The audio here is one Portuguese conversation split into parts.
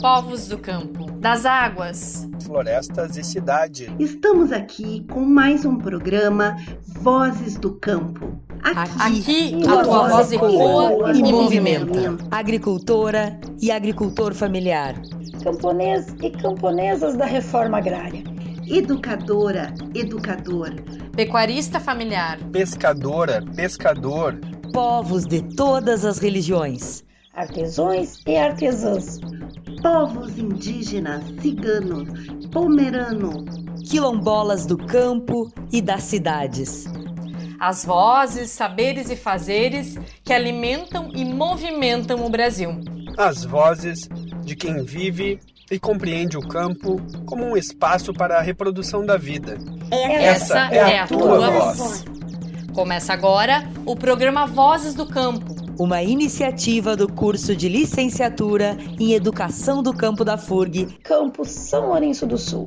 povos do campo, das águas, florestas e cidade. Estamos aqui com mais um programa Vozes do Campo. Aqui a tua voz ecoa e movimenta. Agricultora e agricultor familiar. Camponês e camponesas da reforma agrária. Educadora, educador. Pecuarista familiar. Pescadora, pescador. Povos de todas as religiões. Artesões e artesãs. Povos indígenas, ciganos, pomerano. Quilombolas do campo e das cidades. As vozes, saberes e fazeres que alimentam e movimentam o Brasil. As vozes de quem vive e compreende o campo como um espaço para a reprodução da vida. Essa é a tua voz. Começa agora o programa Vozes do Campo. Uma iniciativa do curso de licenciatura em Educação do Campo da FURG, Campus São Lourenço do Sul.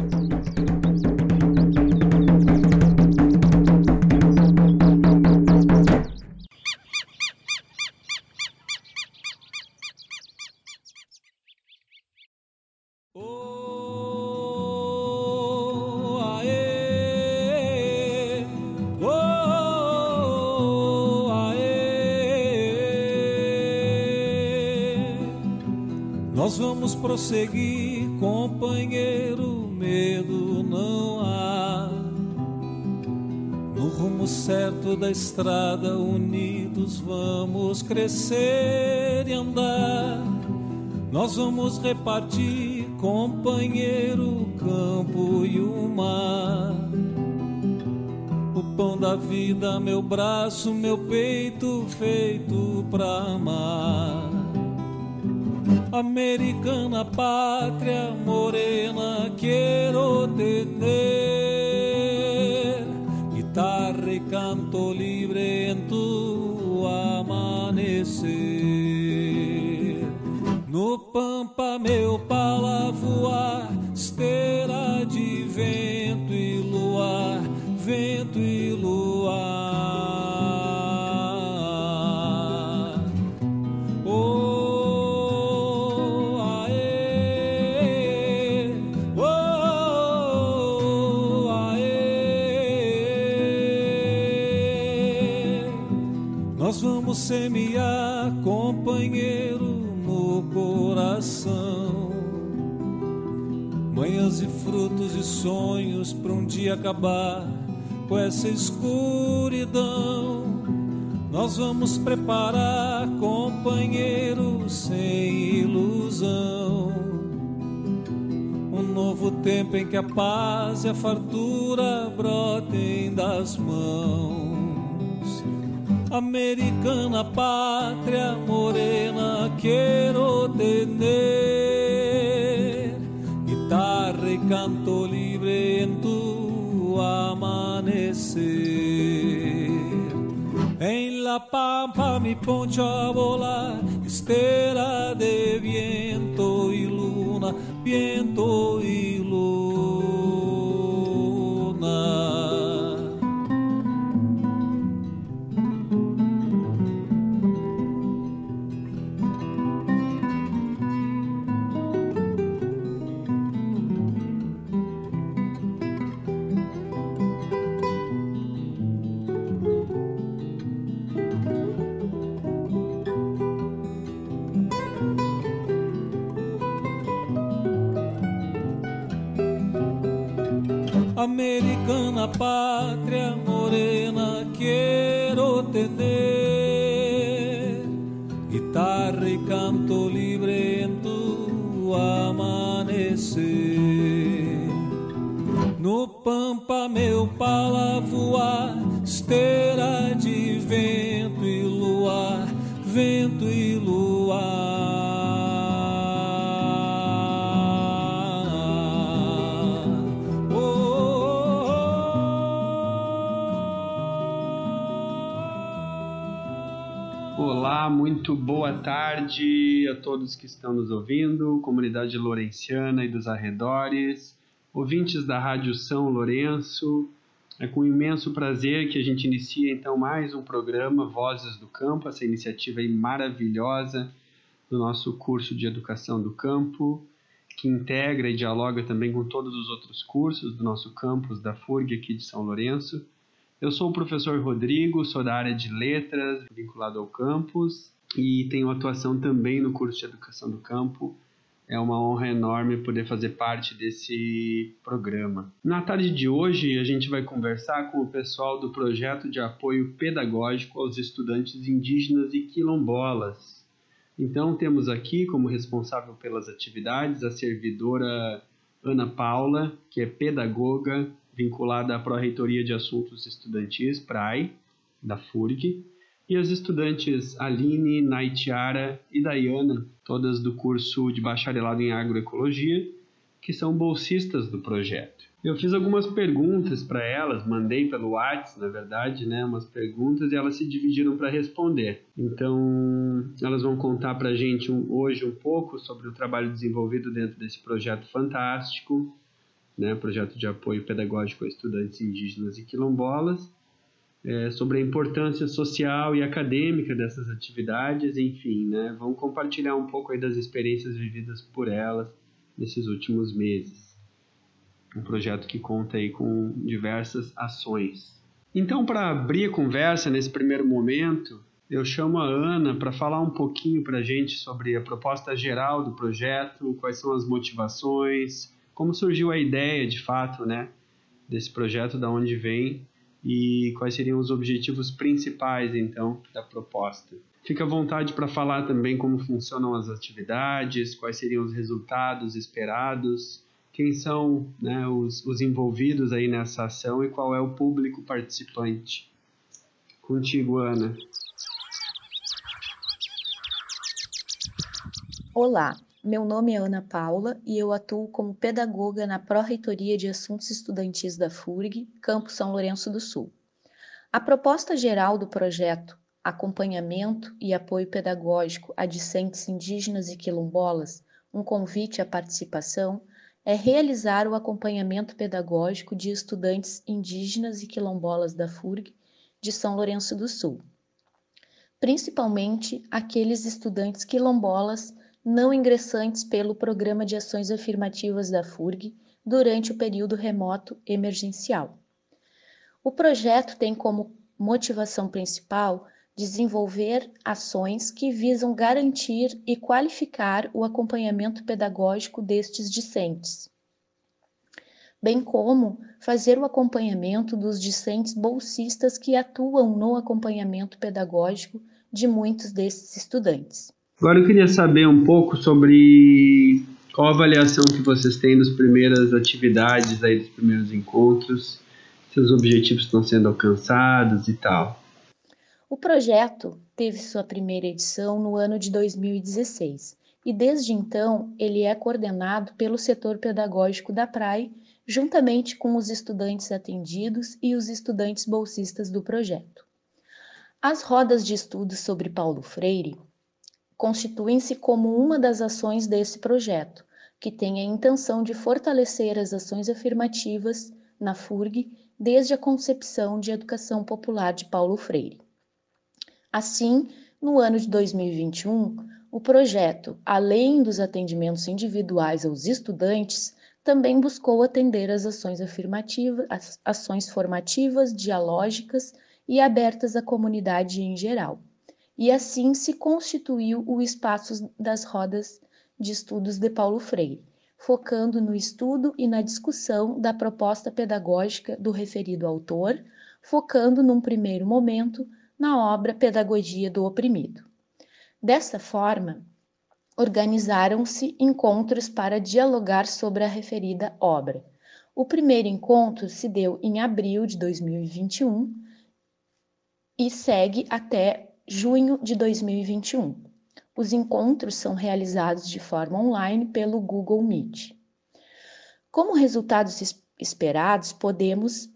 Nós vamos prosseguir, companheiro, medo não há. No rumo certo da estrada, unidos vamos crescer e andar. Nós vamos repartir, companheiro, o campo e o mar. O pão da vida, meu braço, meu peito, feito pra amar. Americana pátria morena, quero tener guitarra e canto libre em tu amanhecer. No pampa meu pala voar, esteira de vento e luar, vento e luar. Nós vamos semear, companheiro, no coração, manhãs e frutos e sonhos pra um dia acabar com essa escuridão. Nós vamos preparar, companheiro, sem ilusão, um novo tempo em que a paz e a fartura brotem das mãos. Americana pátria morena, quero tener guitarra e canto libre em tu amanecer. En la pampa mi poncho a volar, esteira de viento y luna, viento y luna. Americana pátria morena, quero tener guitarra e canto libre em tu amanecer. No pampa meu pala voar, esteira de vento e luar, vento e luar. Olá, muito boa tarde a todos que estão nos ouvindo, comunidade lourenciana e dos arredores, ouvintes da Rádio São Lourenço. É com imenso prazer que a gente inicia então mais um programa Vozes do Campo, essa iniciativa aí maravilhosa do nosso curso de Educação do Campo, que integra e dialoga também com todos os outros cursos do nosso campus da FURG aqui de São Lourenço. Eu sou o professor Rodrigo, sou da área de letras, vinculado ao campus, e tenho atuação também no curso de Educação do Campo. É uma honra enorme poder fazer parte desse programa. Na tarde de hoje, a gente vai conversar com o pessoal do projeto de apoio pedagógico aos estudantes indígenas e quilombolas. Então, temos aqui como responsável pelas atividades a servidora Ana Paula, que é pedagoga vinculada à Pró-Reitoria de Assuntos Estudantis, PRAE, da FURG, e as estudantes Aline, Naitiara e Dayana, todas do curso de Bacharelado em Agroecologia, que são bolsistas do projeto. Eu fiz algumas perguntas para elas, mandei pelo WhatsApp, na verdade, umas perguntas, e elas se dividiram para responder. Então, elas vão contar para a gente hoje um pouco sobre o trabalho desenvolvido dentro desse projeto fantástico, projeto de apoio pedagógico a estudantes indígenas e quilombolas, sobre a importância social e acadêmica dessas atividades, enfim, vão compartilhar um pouco aí das experiências vividas por elas nesses últimos meses. Um projeto que conta aí com diversas ações. Então, para abrir a conversa nesse primeiro momento, eu chamo a Ana para falar um pouquinho para a gente sobre a proposta geral do projeto, quais são as motivações, como surgiu a ideia, de fato, desse projeto, de onde vem e quais seriam os objetivos principais, então, da proposta. Fica à vontade para falar também como funcionam as atividades, quais seriam os resultados esperados, quem são os envolvidos aí nessa ação e qual é o público participante. Contigo, Ana. Olá, meu nome é Ana Paula e eu atuo como pedagoga na Pró-Reitoria de Assuntos Estudantis da FURG, Campus São Lourenço do Sul. A proposta geral do projeto Acompanhamento e Apoio Pedagógico a Discentes Indígenas e Quilombolas, um convite à participação, é realizar o acompanhamento pedagógico de estudantes indígenas e quilombolas da FURG de São Lourenço do Sul, principalmente aqueles estudantes quilombolas não ingressantes pelo Programa de Ações Afirmativas da FURG durante o período remoto emergencial. O projeto tem como motivação principal desenvolver ações que visam garantir e qualificar o acompanhamento pedagógico destes discentes, bem como fazer o acompanhamento dos discentes bolsistas que atuam no acompanhamento pedagógico de muitos desses estudantes. Agora eu queria saber um pouco sobre qual a avaliação que vocês têm das primeiras atividades, aí, dos primeiros encontros, se os objetivos estão sendo alcançados e tal. O projeto teve sua primeira edição no ano de 2016 e desde então ele é coordenado pelo setor pedagógico da PRAE, juntamente com os estudantes atendidos e os estudantes bolsistas do projeto. As rodas de estudos sobre Paulo Freire constituem-se como uma das ações desse projeto, que tem a intenção de fortalecer as ações afirmativas na FURG desde a concepção de educação popular de Paulo Freire. Assim, no ano de 2021, o projeto, além dos atendimentos individuais aos estudantes, também buscou atender as ações afirmativas, as ações formativas, dialógicas e abertas à comunidade em geral. E assim se constituiu o espaço das rodas de estudos de Paulo Freire, focando no estudo e na discussão da proposta pedagógica do referido autor, focando num primeiro momento na obra Pedagogia do Oprimido. Dessa forma, organizaram-se encontros para dialogar sobre a referida obra. O primeiro encontro se deu em abril de 2021 e segue até junho de 2021. Os encontros são realizados de forma online pelo Google Meet. Como resultados esperados, podemos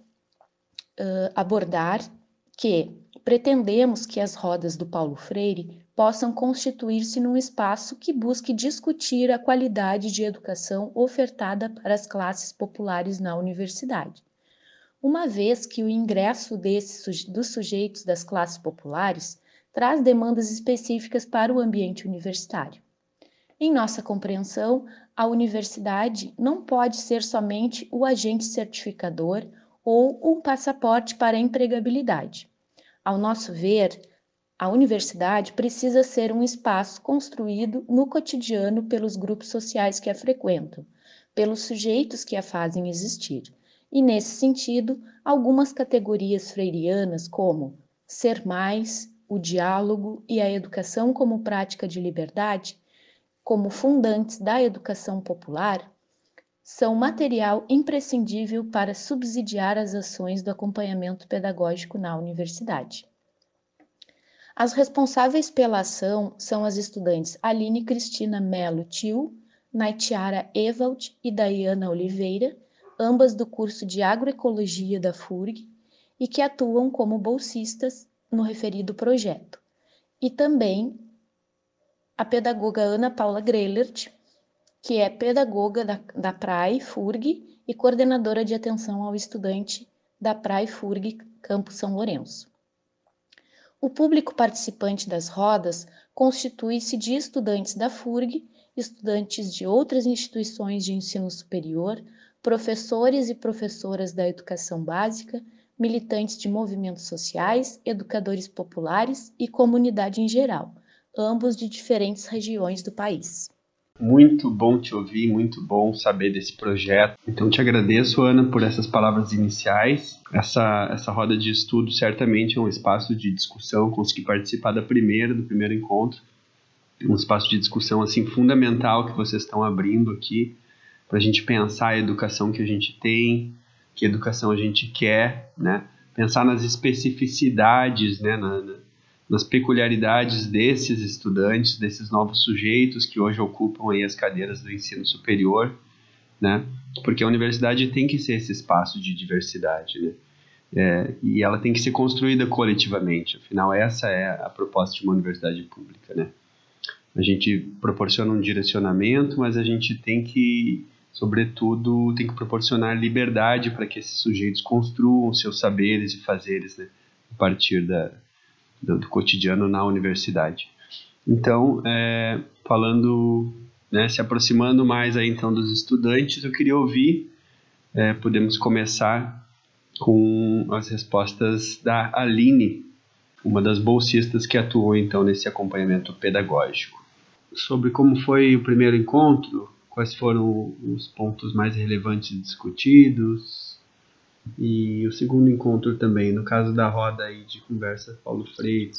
abordar que pretendemos que as rodas do Paulo Freire possam constituir-se num espaço que busque discutir a qualidade de educação ofertada para as classes populares na universidade, uma vez que o ingresso dos sujeitos das classes populares traz demandas específicas para o ambiente universitário. Em nossa compreensão, a universidade não pode ser somente o agente certificador ou um passaporte para a empregabilidade. Ao nosso ver, a universidade precisa ser um espaço construído no cotidiano pelos grupos sociais que a frequentam, pelos sujeitos que a fazem existir. E, nesse sentido, algumas categorias freirianas, como ser mais, o diálogo e a educação como prática de liberdade, como fundantes da educação popular, são material imprescindível para subsidiar as ações do acompanhamento pedagógico na universidade. As responsáveis pela ação são as estudantes Aline Cristina Melo Tio, Naitiara Ewald e Daiana Oliveira, ambas do curso de Agroecologia da FURG, e que atuam como bolsistas no referido projeto. E também a pedagoga Ana Paula Greilert, que é pedagoga da PRAE FURG e coordenadora de atenção ao estudante da PRAE FURG Campo São Lourenço. O público participante das rodas constitui-se de estudantes da FURG, estudantes de outras instituições de ensino superior, professores e professoras da educação básica, militantes de movimentos sociais, educadores populares e comunidade em geral, ambos de diferentes regiões do país. Muito bom te ouvir, muito bom saber desse projeto. Então te agradeço, Ana, por essas palavras iniciais. Essa roda de estudo certamente é um espaço de discussão. Consegui participar do primeiro encontro. Um espaço de discussão assim fundamental que vocês estão abrindo aqui para a gente pensar a educação que a gente tem, que educação a gente quer, né? Pensar nas especificidades, né? Nas peculiaridades desses estudantes, desses novos sujeitos que hoje ocupam aí as cadeiras do ensino superior, né? Porque a universidade tem que ser esse espaço de diversidade, né? E ela tem que ser construída coletivamente, afinal essa é a proposta de uma universidade pública, né? A gente proporciona um direcionamento, mas a gente tem que, sobretudo, tem que proporcionar liberdade para que esses sujeitos construam seus saberes e fazeres, né? A partir do cotidiano na universidade. Então, falando, né, se aproximando mais aí, então, dos estudantes, eu queria ouvir, podemos começar com as respostas da Aline, uma das bolsistas que atuou então nesse acompanhamento pedagógico. Sobre como foi o primeiro encontro, quais foram os pontos mais relevantes discutidos, e o segundo encontro também, no caso da roda aí de conversa Paulo Freire.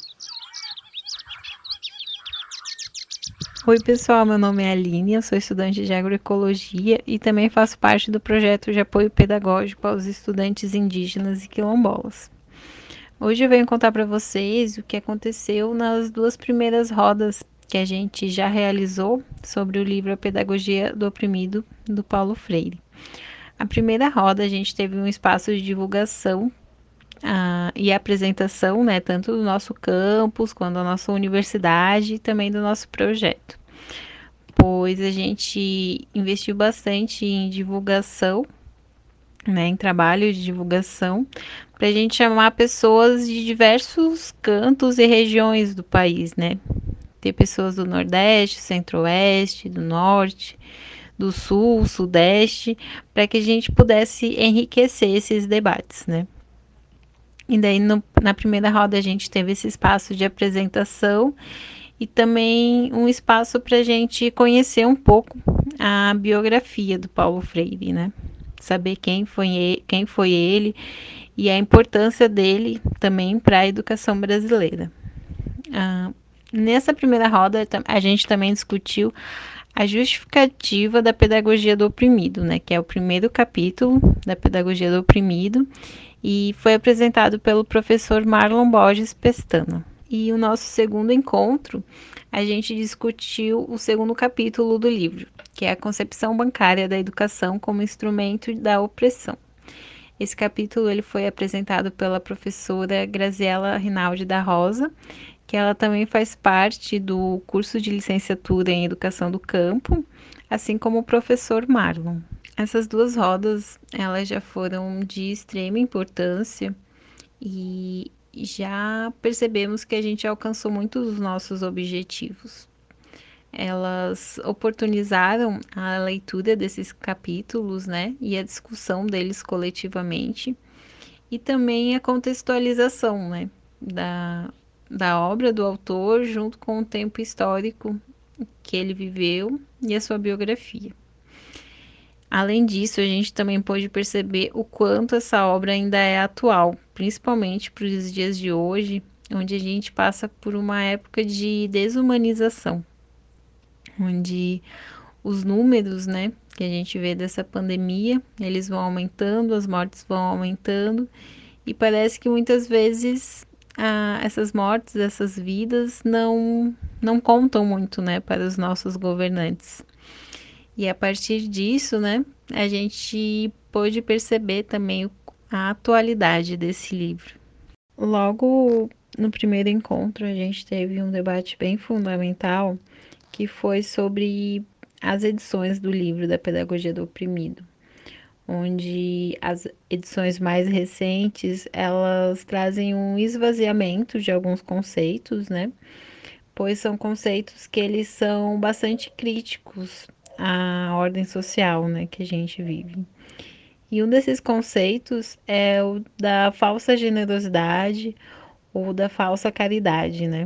Oi pessoal, meu nome é Aline, eu sou estudante de agroecologia e também faço parte do projeto de apoio pedagógico aos estudantes indígenas e quilombolas. Hoje eu venho contar para vocês o que aconteceu nas duas primeiras rodas que a gente já realizou sobre o livro A Pedagogia do Oprimido, do Paulo Freire. A primeira roda a gente teve um espaço de divulgação e apresentação, né, tanto do nosso campus quanto da nossa universidade e também do nosso projeto. Pois a gente investiu bastante em divulgação, né, em trabalho de divulgação, para a gente chamar pessoas de diversos cantos e regiões do país, né? Ter pessoas do Nordeste, Centro-Oeste, do Norte, do Sul, Sudeste, para que a gente pudesse enriquecer esses debates, né? E daí na primeira roda a gente teve esse espaço de apresentação e também um espaço para a gente conhecer um pouco a biografia do Paulo Freire, né? Saber quem foi ele e a importância dele também para a educação brasileira. Nessa primeira roda a gente também discutiu a justificativa da pedagogia do oprimido, né, que é o primeiro capítulo da pedagogia do oprimido, e foi apresentado pelo professor Marlon Borges Pestana. E o nosso segundo encontro, a gente discutiu o segundo capítulo do livro, que é a concepção bancária da educação como instrumento da opressão. Esse capítulo ele foi apresentado pela professora Graziela Rinaldi da Rosa, que ela também faz parte do curso de licenciatura em Educação do Campo, assim como o professor Marlon. Essas duas rodas, elas já foram de extrema importância e já percebemos que a gente alcançou muitos dos nossos objetivos. Elas oportunizaram a leitura desses capítulos, né, e a discussão deles coletivamente, e também a contextualização, né, da obra do autor junto com o tempo histórico que ele viveu e a sua biografia. Além disso, a gente também pôde perceber o quanto essa obra ainda é atual, principalmente para os dias de hoje, onde a gente passa por uma época de desumanização, onde os números, né, que a gente vê dessa pandemia, eles vão aumentando, as mortes vão aumentando, e parece que muitas vezes essas mortes, essas vidas não contam muito, né, para os nossos governantes. E a partir disso, né, a gente pôde perceber também a atualidade desse livro. Logo no primeiro encontro, a gente teve um debate bem fundamental, que foi sobre as edições do livro da Pedagogia do Oprimido, onde as edições mais recentes, elas trazem um esvaziamento de alguns conceitos, né? Pois são conceitos que eles são bastante críticos à ordem social, né, que a gente vive. E um desses conceitos é o da falsa generosidade ou da falsa caridade, né?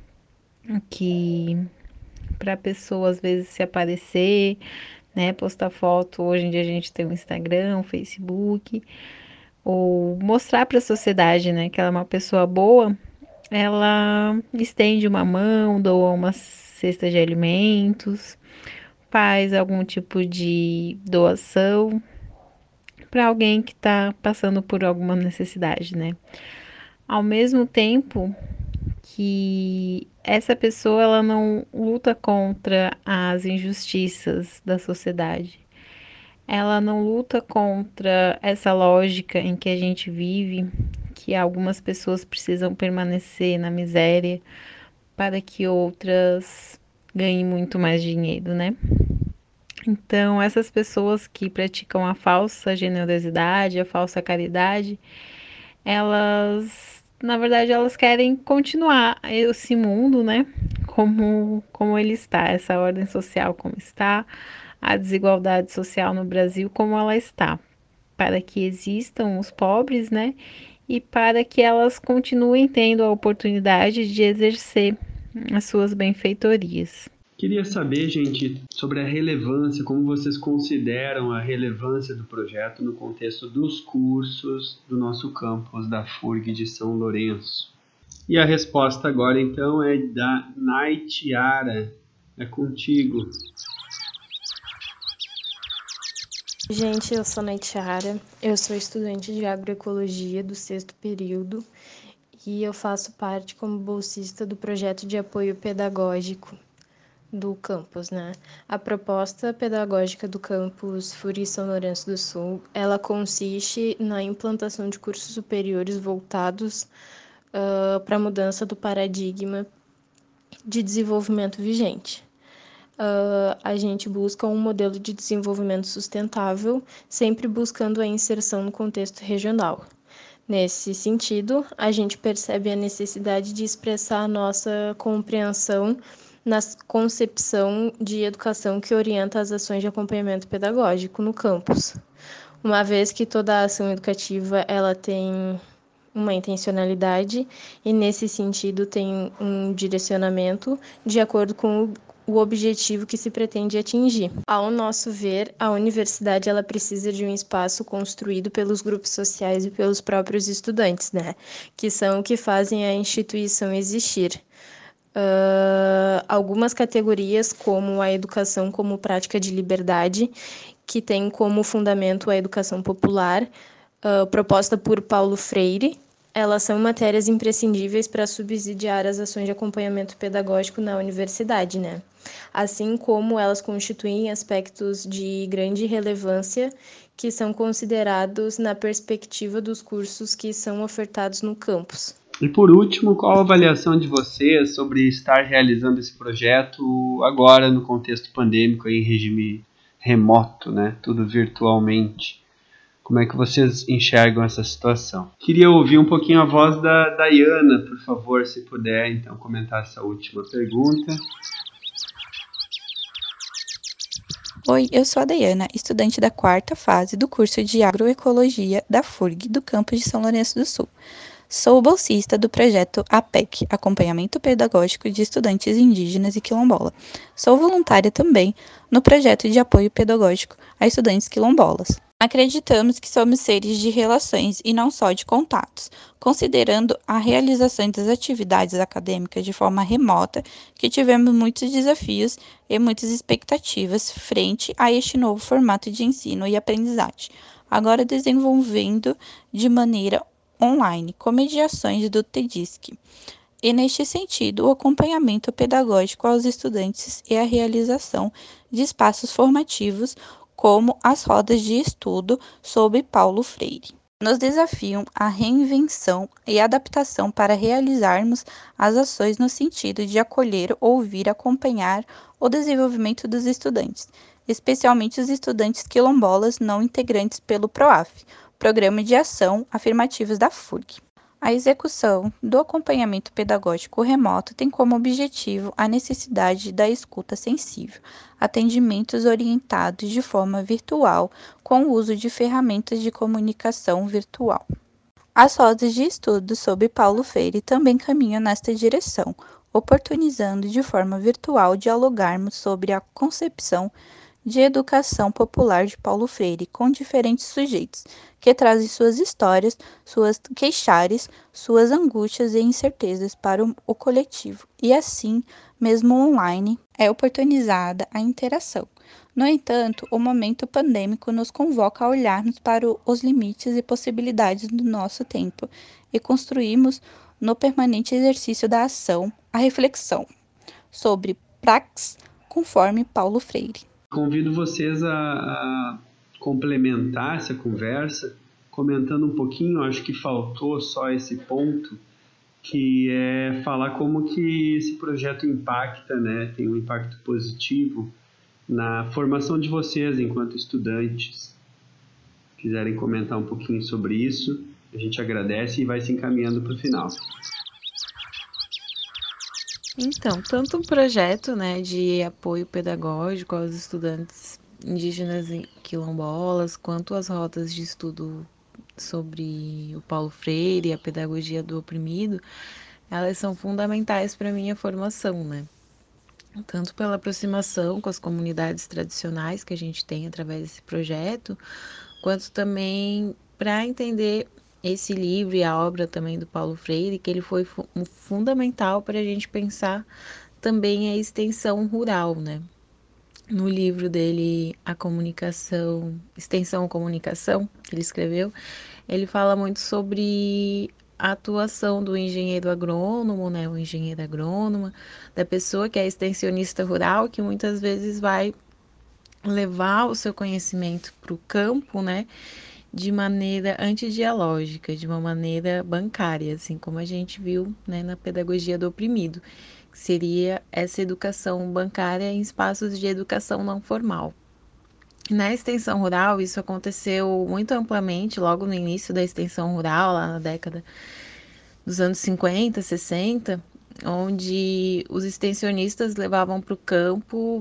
Que para a pessoa às vezes se aparecer, né, postar foto, hoje em dia a gente tem o Instagram, o Facebook, ou mostrar para a sociedade, né, que ela é uma pessoa boa, ela estende uma mão, doa uma cesta de alimentos, faz algum tipo de doação para alguém que está passando por alguma necessidade, né? Ao mesmo tempo que essa pessoa ela não luta contra as injustiças da sociedade. Ela não luta contra essa lógica em que a gente vive, que algumas pessoas precisam permanecer na miséria para que outras ganhem muito mais dinheiro, né? Então, essas pessoas que praticam a falsa generosidade, a falsa caridade, elas, na verdade, elas querem continuar esse mundo, né? Como ele está, essa ordem social como está, a desigualdade social no Brasil como ela está, para que existam os pobres, né? E para que elas continuem tendo a oportunidade de exercer as suas benfeitorias. Queria saber, gente, sobre a relevância, como vocês consideram a relevância do projeto no contexto dos cursos do nosso campus da FURG de São Lourenço. E a resposta agora, então, é da Naitiara. É contigo. Gente, eu sou Naitiara, eu sou estudante de agroecologia do 6º período e eu faço parte como bolsista do projeto de apoio pedagógico do campus, né? A proposta pedagógica do campus FURG São Lourenço do Sul, ela consiste na implantação de cursos superiores voltados para a mudança do paradigma de desenvolvimento vigente. A gente busca um modelo de desenvolvimento sustentável, sempre buscando a inserção no contexto regional. Nesse sentido, a gente percebe a necessidade de expressar a nossa compreensão na concepção de educação que orienta as ações de acompanhamento pedagógico no campus. Uma vez que toda a ação educativa ela tem uma intencionalidade e, nesse sentido, tem um direcionamento de acordo com o objetivo que se pretende atingir. Ao nosso ver, a universidade ela precisa de um espaço construído pelos grupos sociais e pelos próprios estudantes, né? Que são o que fazem a instituição existir. Algumas categorias, como a educação como prática de liberdade, que tem como fundamento a educação popular, proposta por Paulo Freire, elas são matérias imprescindíveis para subsidiar as ações de acompanhamento pedagógico na universidade, né? Assim como elas constituem aspectos de grande relevância que são considerados na perspectiva dos cursos que são ofertados no campus. E por último, qual a avaliação de vocês sobre estar realizando esse projeto agora no contexto pandêmico, em regime remoto, né? Tudo virtualmente. Como é que vocês enxergam essa situação? Queria ouvir um pouquinho a voz da Dayana, por favor, se puder, então, comentar essa última pergunta. Oi, eu sou a Dayana, estudante da 4ª fase do curso de Agroecologia da FURG do campus de São Lourenço do Sul. Sou bolsista do projeto APEC, Acompanhamento Pedagógico de Estudantes Indígenas e Quilombola. Sou voluntária também no projeto de apoio pedagógico a estudantes quilombolas. Acreditamos que somos seres de relações e não só de contatos, considerando a realização das atividades acadêmicas de forma remota, que tivemos muitos desafios e muitas expectativas frente a este novo formato de ensino e aprendizagem, agora desenvolvendo de maneira online, com mediações do TEDISC. E, neste sentido, o acompanhamento pedagógico aos estudantes e a realização de espaços formativos, como as rodas de estudo sobre Paulo Freire. Nos desafiam a reinvenção e adaptação para realizarmos as ações no sentido de acolher, ouvir, acompanhar o desenvolvimento dos estudantes, especialmente os estudantes quilombolas não integrantes pelo PROAF, Programa de Ação Afirmativos da FURG. A execução do acompanhamento pedagógico remoto tem como objetivo a necessidade da escuta sensível, atendimentos orientados de forma virtual com o uso de ferramentas de comunicação virtual. As rodas de estudo sobre Paulo Freire também caminham nesta direção, oportunizando de forma virtual dialogarmos sobre a concepção de educação popular de Paulo Freire com diferentes sujeitos, que trazem suas histórias, suas queixares, suas angústias e incertezas para o coletivo, e assim, mesmo online, é oportunizada a interação. No entanto, o momento pandêmico nos convoca a olharmos para os limites e possibilidades do nosso tempo e construirmos, no permanente exercício da ação, a reflexão sobre praxis conforme Paulo Freire. Convido vocês a complementar essa conversa, comentando um pouquinho, acho que faltou só esse ponto, que é falar como que esse projeto impacta, né, tem um impacto positivo na formação de vocês enquanto estudantes. Quiserem comentar um pouquinho sobre isso, a gente agradece e vai se encaminhando para o final. Então, tanto o projeto, né, de apoio pedagógico aos estudantes indígenas e quilombolas, quanto as rodas de estudo sobre o Paulo Freire e a pedagogia do oprimido, elas são fundamentais para a minha formação, né? Tanto pela aproximação com as comunidades tradicionais que a gente tem através desse projeto, quanto também para entender esse livro e a obra também do Paulo Freire, que ele foi fundamental para a gente pensar também a extensão rural, né? No livro dele, A Comunicação, Extensão à Comunicação, que ele escreveu, ele fala muito sobre a atuação do engenheiro agrônomo, né? O engenheiro agrônoma, da pessoa que é extensionista rural, que muitas vezes vai levar o seu conhecimento para o campo, né? De maneira antidialógica, de uma maneira bancária, assim como a gente viu, né, na pedagogia do oprimido, que seria essa educação bancária em espaços de educação não formal. Na extensão rural, isso aconteceu muito amplamente logo no início da extensão rural, lá na década dos anos 50, 60, onde os extensionistas levavam para o campo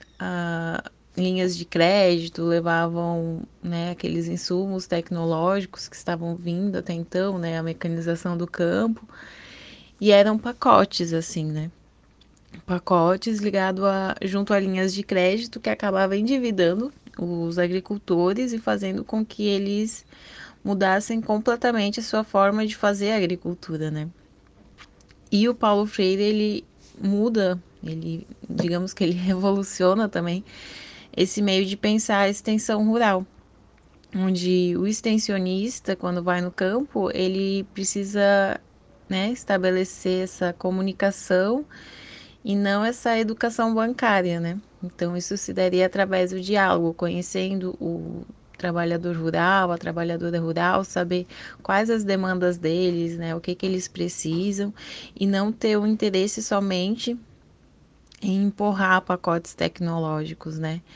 linhas de crédito, levavam, né, aqueles insumos tecnológicos que estavam vindo até então, né, a mecanização do campo, e eram pacotes, assim, né, pacotes ligados junto a linhas de crédito que acabavam endividando os agricultores e fazendo com que eles mudassem completamente a sua forma de fazer a agricultura, né. E o Paulo Freire, ele muda, digamos que ele revoluciona também esse meio de pensar a extensão rural, onde o extensionista, quando vai no campo, ele precisa, né, estabelecer essa comunicação e não essa educação bancária, né? Então, isso se daria através do diálogo, conhecendo o trabalhador rural, a trabalhadora rural, saber quais as demandas deles, né, o que eles precisam, e não ter o interesse somente em empurrar pacotes tecnológicos, né?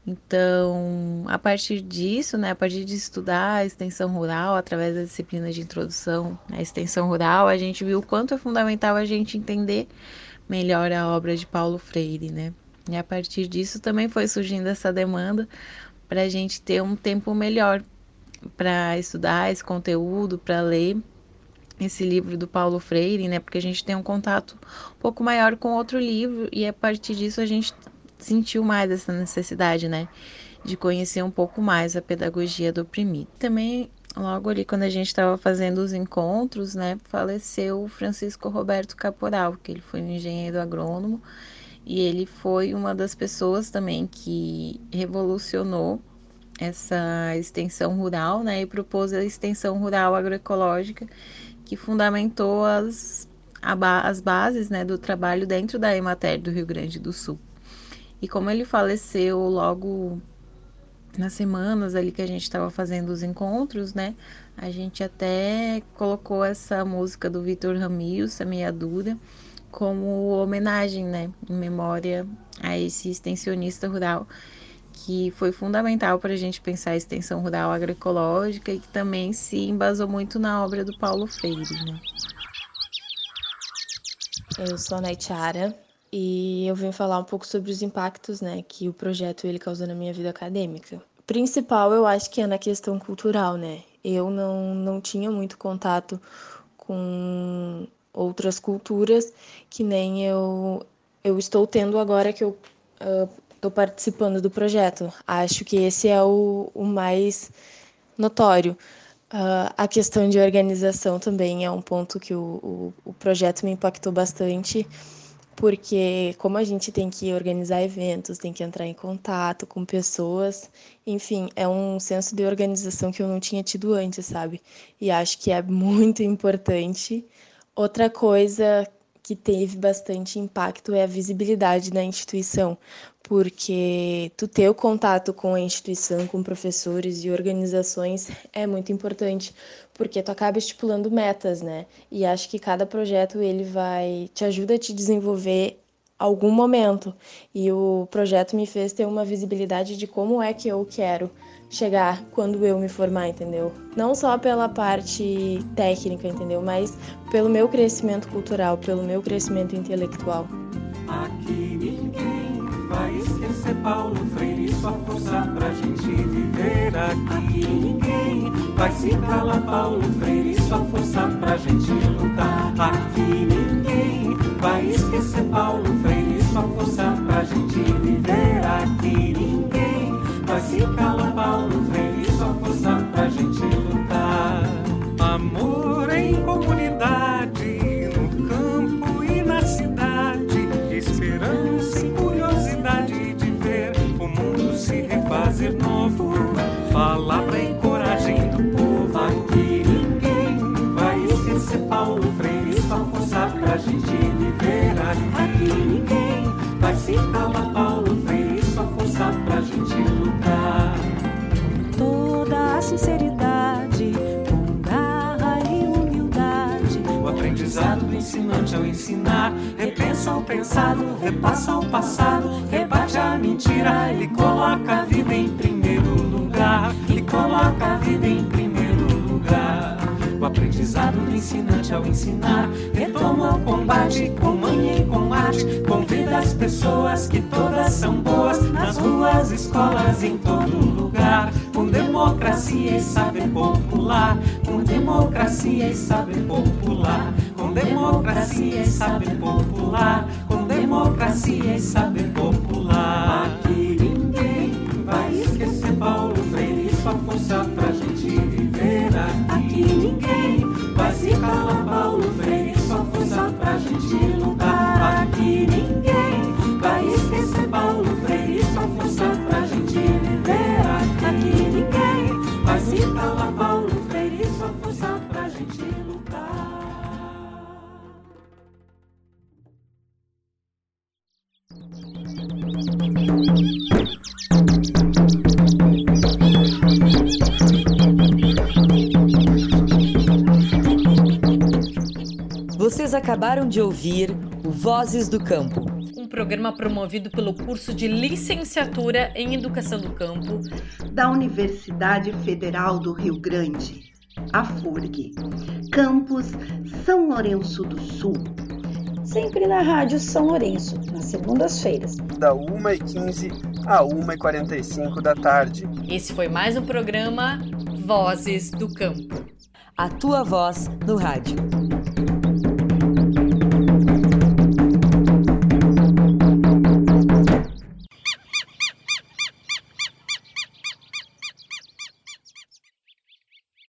Então, a partir disso, né, a partir de estudar a extensão rural, através da disciplina de introdução à extensão rural, a gente viu o quanto é fundamental a gente entender melhor a obra de Paulo Freire, né? E a partir disso também foi surgindo essa demanda para a gente ter um tempo melhor para estudar esse conteúdo, para ler esse livro do Paulo Freire, né? Porque a gente tem um contato um pouco maior com outro livro e a partir disso a gente sentiu mais essa necessidade, né? De conhecer um pouco mais a pedagogia do oprimido. Também, logo ali quando a gente estava fazendo os encontros, né? Faleceu o Francisco Roberto Caporal, que ele foi um engenheiro agrônomo e ele foi uma das pessoas também que revolucionou essa extensão rural, né? E propôs a extensão rural agroecológica, que fundamentou as bases, né, do trabalho dentro da Emater do Rio Grande do Sul. E como ele faleceu logo nas semanas ali que a gente estava fazendo os encontros, né, a gente até colocou essa música do Vitor Ramil, Semeadura, como homenagem, né, em memória a esse extensionista rural, que foi fundamental para a gente pensar a extensão rural agroecológica e que também se embasou muito na obra do Paulo Freire, né? Eu sou a Naytiara e eu vim falar um pouco sobre os impactos, né, que o projeto ele causou na minha vida acadêmica. O principal eu acho que é na questão cultural, né? Eu não tinha muito contato com outras culturas, que nem eu estou tendo agora que eu estou participando do projeto. Acho que esse é o mais notório. A questão de organização também é um ponto que o projeto me impactou bastante, porque como a gente tem que organizar eventos, tem que entrar em contato com pessoas, enfim, é um senso de organização que eu não tinha tido antes, sabe? E acho que é muito importante. Outra coisa que teve bastante impacto é a visibilidade da instituição, porque tu ter o contato com a instituição, com professores e organizações é muito importante, porque tu acaba estipulando metas, né? E acho que cada projeto ele te ajuda a te desenvolver algum momento. E o projeto me fez ter uma visibilidade de como é que eu quero chegar quando eu me formar, entendeu? Não só pela parte técnica, entendeu? Mas pelo meu crescimento cultural, pelo meu crescimento intelectual. Aqui ninguém vai esquecer Paulo Freire e sua força pra gente viver. Aqui ninguém vai se calar Paulo Freire e sua força pra gente lutar. Aqui ninguém vai esquecer Paulo Freire e sua força pra gente viver. Aqui ninguém vai se calar Paulo Freire e sua força pra gente lutar. Amor em comunidade, no campo e na cidade, esperança e curiosidade de ver o mundo se refazer novo. Palavra e coragem do povo. Aqui ninguém vai esquecer Paulo Freire e sua força pra gente viver. Aqui ninguém vai se calar Paulo Freire e sua força pra gente lutar. Toda a sinceridade, com garra e humildade. O aprendizado do ensinante ao ensinar, repensa o pensado, repassa o passado, rebate a mentira e coloca a vida em primeiro lugar. E coloca a vida em primeiro lugar. O aprendizado do ensinante ao ensinar, retoma o combate com manha e com arte, convida as pessoas que todas são boas, nas ruas, escolas, em todo lugar, com democracia e saber popular, com democracia e saber popular, com democracia e saber popular, com democracia e saber popular. Aqui ninguém vai esquecer Paulo Freire e sua força pra gente viver. Aqui ninguém vai se calar Paulo Freire e sua força pra gente lutar. Aqui ninguém vai esquecer Paulo Freire e sua força pra gente viver. Aqui ninguém vai se calar Paulo Freire e sua força pra gente lutar. Vocês acabaram de ouvir o Vozes do Campo. Um programa promovido pelo curso de Licenciatura em Educação do Campo da Universidade Federal do Rio Grande, a FURG, campus São Lourenço do Sul. Sempre na Rádio São Lourenço, nas segundas-feiras, da 1h15 a 1h45 da tarde. Esse foi mais um programa Vozes do Campo. A tua voz no rádio.